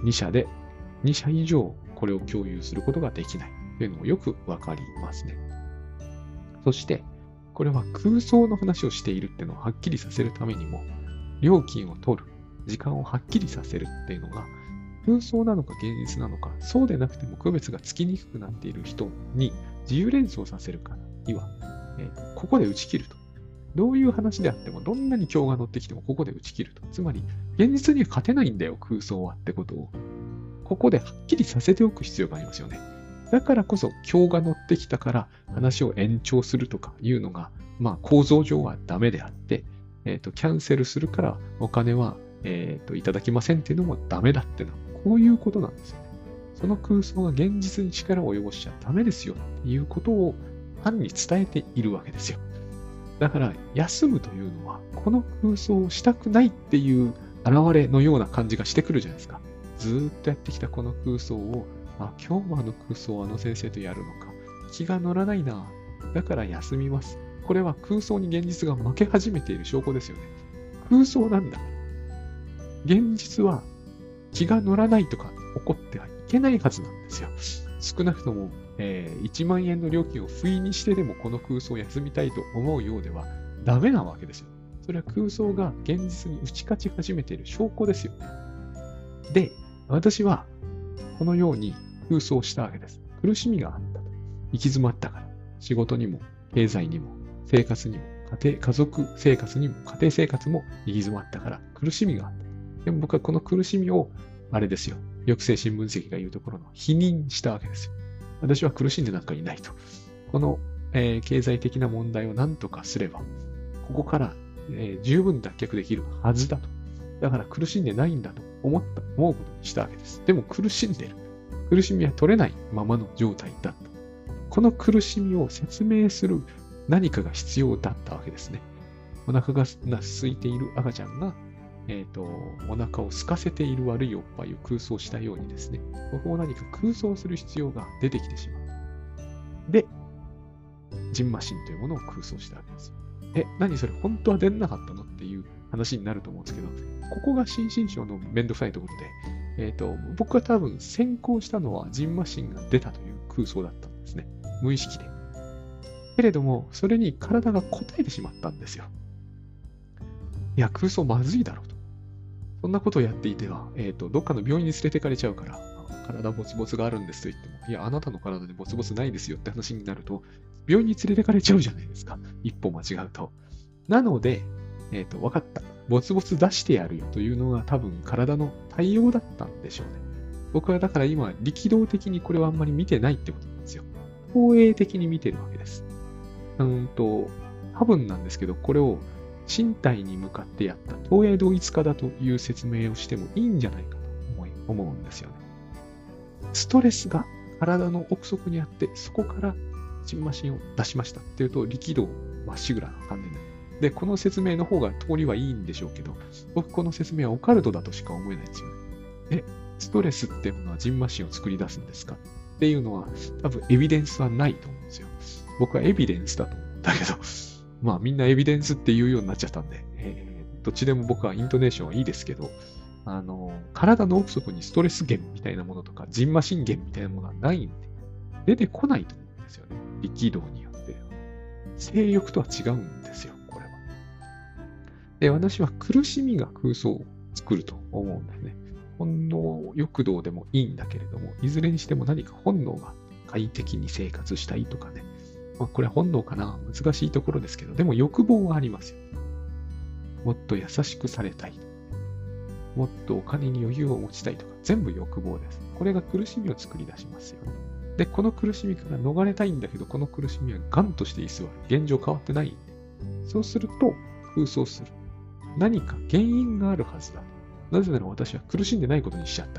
に社で、に社以上これを共有することができないというのもよくわかりますね。そして、これは空想の話をしているっていうのをはっきりさせるためにも、料金を取る、時間をはっきりさせるっていうのが、空想なのか現実なのか、そうでなくても区別がつきにくくなっている人に自由連想させるからには、えーと、ここで打ち切ると。どういう話であっても、どんなに今日が乗ってきてもここで打ち切ると。つまり、現実には勝てないんだよ、空想はってことを、ここではっきりさせておく必要がありますよね。だからこそ、今日が乗ってきたから話を延長するとかいうのが、まあ構造上はダメであって、えっと、キャンセルするからお金は、えっと、いただきませんっていうのもダメだってのは、こういうことなんですよね。その空想が現実に力を及ぼしちゃダメですよっていうことをファンに伝えているわけですよ。だから、休むというのは、この空想をしたくないっていう現れのような感じがしてくるじゃないですか。ずーっとやってきたこの空想を、あ、今日もあの空想をあの先生とやるのか。気が乗らないな。だから休みます。これは空想に現実が負け始めている証拠ですよね。空想なんだ。現実は気が乗らないとか起こってはいけないはずなんですよ。少なくとも、えー、いちまんえんの料金を不意にしてでもこの空想を休みたいと思うようではダメなわけですよ。それは空想が現実に打ち勝ち始めている証拠ですよね。で、私はこのように空想したわけです。苦しみがあったと。行き詰まったから。仕事にも、経済にも、生活にも、家庭、家族生活にも、家庭生活も行き詰まったから苦しみがあった。でも僕はこの苦しみを、あれですよ。抑制新聞析が言うところの否認したわけですよ。私は苦しんでなんかいないと。この、えー、経済的な問題を何とかすれば、ここから、えー、十分脱却できるはずだと。だから苦しんでないんだと思った、思うことにしたわけです。でも苦しんでる。苦しみは取れないままの状態だった。この苦しみを説明する何かが必要だったわけですね。お腹が空いている赤ちゃんが、えっと、お腹を空かせている悪いおっぱいを空想したようにですね、僕も何か空想する必要が出てきてしまう。で、ジンマシンというものを空想したわけですよ。え、何それ本当は出なかったのっていう話になると思うんですけど、ここが心身症のめんどくさいところで、えっと、僕は多分先行したのはジンマシンが出たという空想だったんですね。無意識で。けれども、それに体が応えてしまったんですよ。いや、空想まずいだろうと。そんなことをやっていては、えっと、どっかの病院に連れてかれちゃうから、体ボツボツがあるんですと言っても、いや、あなたの体でボツボツないですよって話になると、病院に連れてかれちゃうじゃないですか。一歩間違うと。なので、えっと、わかった。ボツボツ出してやるよというのが多分体の対応だったんでしょうね。僕はだから今、力道的にこれはあんまり見てないってことなんですよ。投影的に見てるわけです。うんと、多分なんですけど、これを身体に向かってやった投影同一化だという説明をしてもいいんじゃないかと思い思うんですよね。ストレスが体の奥底にあって、そこからジンマシンを出しましたっていうと、力道まっしぐらな感じになる。で、この説明の方が通りはいいんでしょうけど、僕この説明はオカルトだとしか思えないんですよね。え、ストレスっていうものはジンマシンを作り出すんですかっていうのは、多分エビデンスはないと思うんですよ。僕はエビデンスだと思うんだけど、まあみんなエビデンスって言うようになっちゃったんで、えー、どっちでも僕はイントネーションはいいですけど、あの、体の奥底にストレス源みたいなものとか、ジンマシン源みたいなものはないんで、出てこないと思うんですよね。力道によって。性欲とは違うんですよ、これは。で、私は苦しみが空想を作ると思うんですね。本能欲動でもいいんだけれども、いずれにしても何か本能が快適に生活したいとかね。まあ、これは本能かな難しいところですけど、でも欲望はありますよ。もっと優しくされたい。もっとお金に余裕を持ちたいとか、全部欲望です。これが苦しみを作り出しますよね。で、この苦しみから逃れたいんだけど、この苦しみはガンとして居座る。現状変わってないんで。そうすると、空想する。何か原因があるはずだ。なぜなら私は苦しんでないことにしちゃった。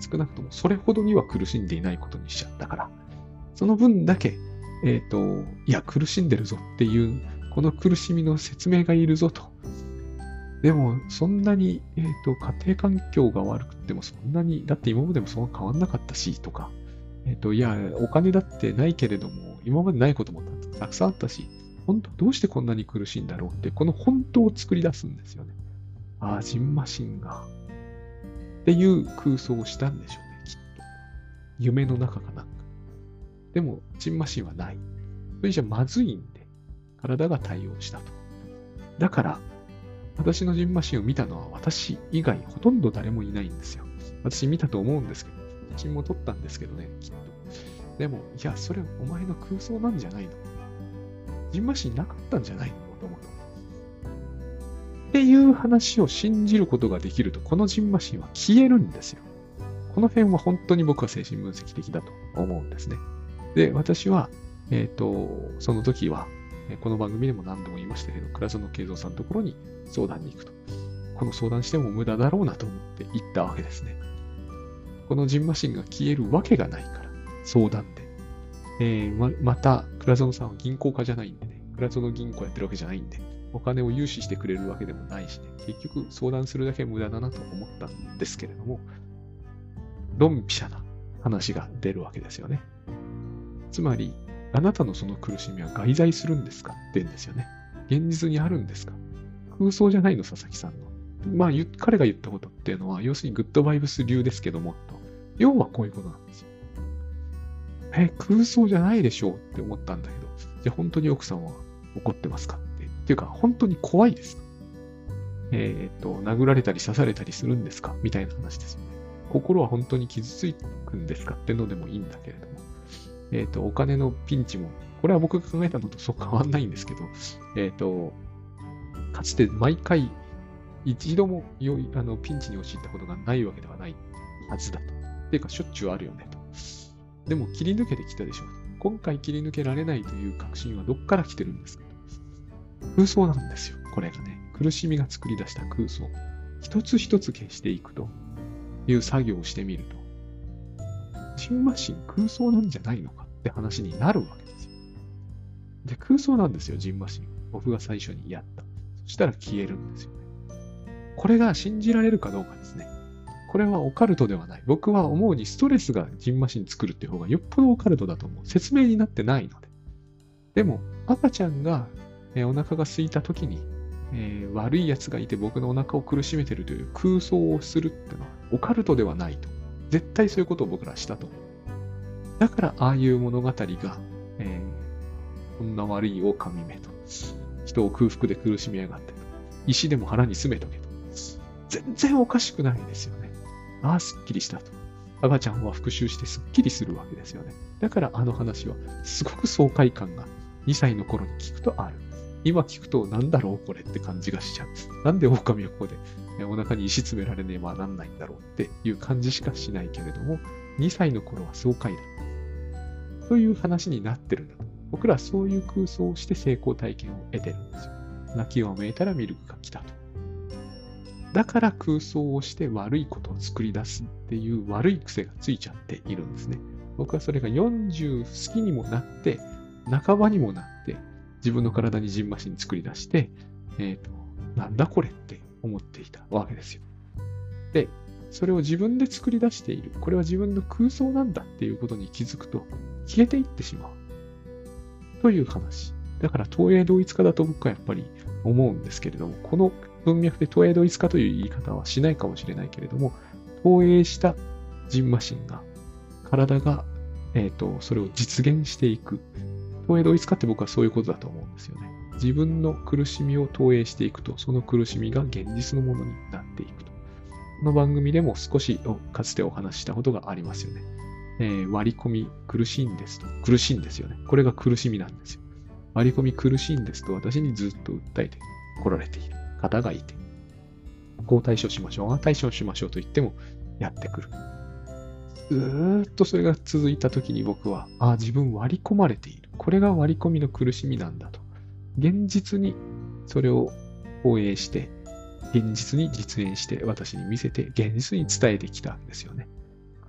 少なくともそれほどには苦しんでいないことにしちゃったから、その分だけ、えっと、いや、苦しんでるぞっていう、この苦しみの説明がいるぞと。でも、そんなに、えっと、家庭環境が悪くてもそんなに、だって今までもそんな変わんなかったし、とか、えっと、いや、お金だってないけれども、今までないこともたくさんあったし、本当どうしてこんなに苦しいんだろうって、この本当を作り出すんですよね。ああ、ジンマシンが。っていう空想をしたんでしょうね、きっと。夢の中かなんか。でも、ジンマシンはない。それじゃまずいんで、体が対応したと。だから、私のジンマシンを見たのは私以外ほとんど誰もいないんですよ。私見たと思うんですけど、写真も撮ったんですけどね、きっと。でも、いや、それお前の空想なんじゃないの？ジンマシンなかったんじゃないの？もともと。っていう話を信じることができると、このジンマシンは消えるんですよ。この辺は本当に僕は精神分析的だと思うんですね。で、私は、えっと、その時は、この番組でも何度も言いましたけど、倉園慶三さんのところに相談に行くと。この相談しても無駄だろうなと思って行ったわけですね。このジンマシンが消えるわけがないから、相談で。えー、ま、また、倉園さんは銀行家じゃないんでね、倉園銀行やってるわけじゃないんで、お金を融資してくれるわけでもないしね、結局相談するだけ無駄だなと思ったんですけれども、ドンピシャな話が出るわけですよね。つまり、あなたのその苦しみは外在するんですかって言うんですよね。現実にあるんですか？空想じゃないの、佐々木さんの。まあ、彼が言ったことっていうのは、要するにグッドバイブス流ですけども、と。要はこういうことなんですよ。え、空想じゃないでしょうって思ったんだけど、じゃあ本当に奥さんは怒ってますかって。っていうか、本当に怖いですか？えっと、殴られたり刺されたりするんですかみたいな話ですよね。心は本当に傷つくんですかってのでもいいんだけれども。えっと、お金のピンチも、これは僕が考えたのとそう変わんないんですけど、えっと、かつて毎回、一度も良いあのピンチに陥ったことがないわけではないはずだと。っていうか、しょっちゅうあるよねと。でも、切り抜けてきたでしょう。今回切り抜けられないという確信はどっから来てるんですか？空想なんですよ。これがね。苦しみが作り出した空想。一つ一つ消していくという作業をしてみると、ジンマシン空想なんじゃないのかって話になるわけですよ。で、空想なんですよ、ジンマシン。僕が最初にやった。そしたら消えるんですよね。これが信じられるかどうかですね。これはオカルトではない。僕は思うにストレスがジンマシン作るっていう方がよっぽどオカルトだと思う。説明になってないので。でも、赤ちゃんが、えー、お腹が空いた時に、えー、悪い奴がいて僕のお腹を苦しめてるという空想をするってのはオカルトではないと。絶対そういうことを僕らしたと思う。だからああいう物語が、えー、こんな悪い狼めと、人を空腹で苦しみやがってと、石でも腹に詰めとけと。全然おかしくないですよね。ああ、すっきりしたと。赤ちゃんは復讐してすっきりするわけですよね。だからあの話はすごく爽快感がにさいの頃に聞くとある。今聞くとなんだろうこれって感じがしちゃう。なんで狼はここでお腹に石詰められねばなんないんだろうっていう感じしかしないけれども、にさいの頃は爽快だ。という話になってるんだと。僕らはそういう空想をして成功体験を得てるんですよ。泣きわめいたらミルクが来たと。だから空想をして悪いことを作り出すっていう悪い癖がついちゃっているんですね。僕はそれがよんじゅう過ぎにもなって、半ばにもなって、自分の体にジンマシン作り出して、えっと、なんだこれって思っていたわけですよ。で、それを自分で作り出している。これは自分の空想なんだっていうことに気づくと、消えていってしまう。という話。だから、東映同一化だと僕はやっぱり思うんですけれども、この文脈で東映同一化という言い方はしないかもしれないけれども、投影したジンマシンが、体が、えっと、それを実現していく。投影同一化って僕はそういうことだと思うんですよね。自分の苦しみを投影していくと、その苦しみが現実のものになっていくと。この番組でも少しかつてお話ししたことがありますよね。えー、割り込み苦しいんですと。苦しいんですよね。これが苦しみなんですよ。割り込み苦しいんですと私にずっと訴えて来られている方がいて、こう対処しましょう、ああ対処しましょうと言ってもやってくる。ずーっとそれが続いたときに僕は、ああ、自分割り込まれている。これが割り込みの苦しみなんだと。現実にそれを放映して、現実に実演して私に見せて、現実に伝えてきたわけですよね。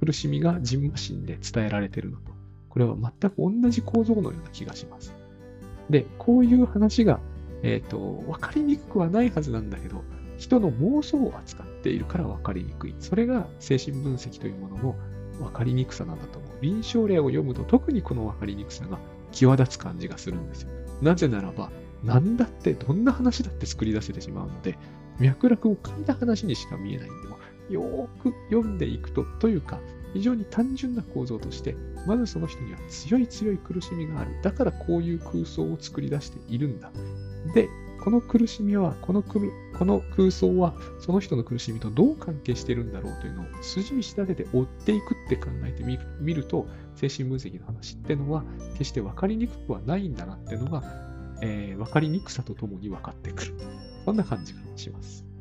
苦しみがジンマシンで伝えられているのと、これは全く同じ構造のような気がします。で、こういう話が、えっと、分かりにくくはないはずなんだけど、人の妄想を扱っているから分かりにくい。それが精神分析というものの分かりにくさなんだと思う。臨床例を読むと特にこの分かりにくさが際立つ感じがするんですよ。なぜならば、何だってどんな話だって作り出せてしまうので、脈絡を書いた話にしか見えないんでも、よーく読んでいくと、というか、非常に単純な構造として、まずその人には強い強い苦しみがある。だからこういう空想を作り出しているんだ。で、この苦しみは、このくるこの空想は、その人の苦しみとどう関係しているんだろうというのを筋道立てて追っていくって考えてみる見ると、精神分析の話ってのは、決して分かりにくくはないんだなっていうのが、えー、分かりにくさとともに分かってくる。そんな感じがします。